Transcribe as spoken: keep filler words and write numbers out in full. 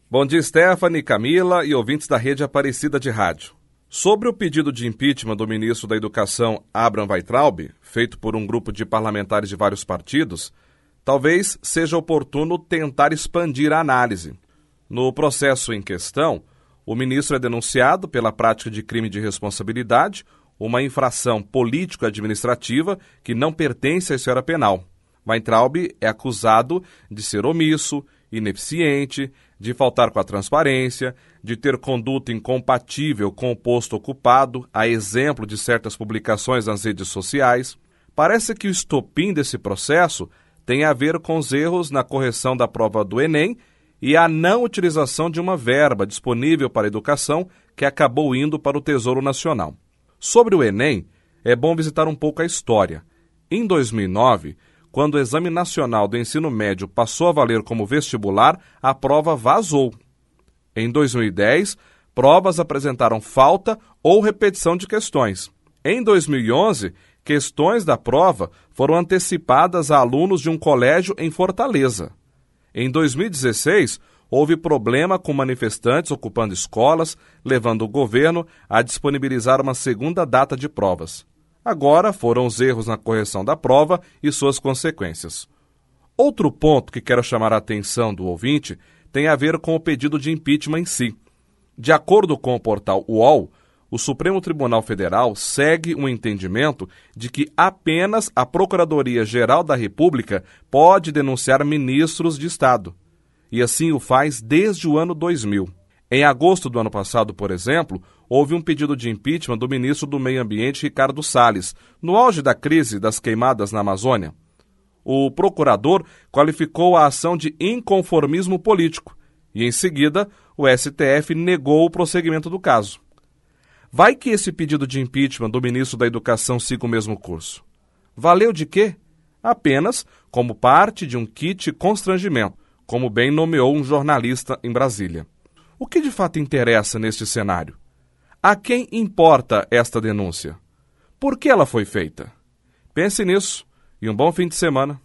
Bom dia, Stephanie, Camila e ouvintes da Rede Aparecida de Rádio. Sobre o pedido de impeachment do ministro da Educação, Abraham Weintraub, feito por um grupo de parlamentares de vários partidos, talvez seja oportuno tentar expandir a análise. No processo em questão, o ministro é denunciado pela prática de crime de responsabilidade, uma infração político-administrativa que não pertence à esfera penal. Weintraub é acusado de ser omisso, ineficiente, de faltar com a transparência, de ter conduta incompatível com o posto ocupado, a exemplo de certas publicações nas redes sociais. Parece que o estopim desse processo tem a ver com os erros na correção da prova do Enem e a não utilização de uma verba disponível para a educação que acabou indo para o Tesouro Nacional. Sobre o Enem, é bom visitar um pouco a história. Em dois mil e nove, quando o Exame Nacional do Ensino Médio passou a valer como vestibular, a prova vazou. Em dois mil e dez, provas apresentaram falta ou repetição de questões. Em dois mil e onze, questões da prova foram antecipadas a alunos de um colégio em Fortaleza. Em dois mil e dezesseis, houve problema com manifestantes ocupando escolas, levando o governo a disponibilizar uma segunda data de provas. Agora foram os erros na correção da prova e suas consequências. Outro ponto que quero chamar a atenção do ouvinte tem a ver com o pedido de impeachment em si. De acordo com o portal U O L, o Supremo Tribunal Federal segue um entendimento de que apenas a Procuradoria-Geral da República pode denunciar ministros de Estado. E assim o faz desde o ano dois mil. Em agosto do ano passado, por exemplo, houve um pedido de impeachment do ministro do Meio Ambiente, Ricardo Salles, no auge da crise das queimadas na Amazônia. O procurador qualificou a ação de inconformismo político e, em seguida, o S T F negou o prosseguimento do caso. Vai que esse pedido de impeachment do ministro da Educação siga o mesmo curso. Valeu de quê? Apenas como parte de um kit constrangimento, como bem nomeou um jornalista em Brasília. O que de fato interessa neste cenário? A quem importa esta denúncia? Por que ela foi feita? Pense nisso e um bom fim de semana.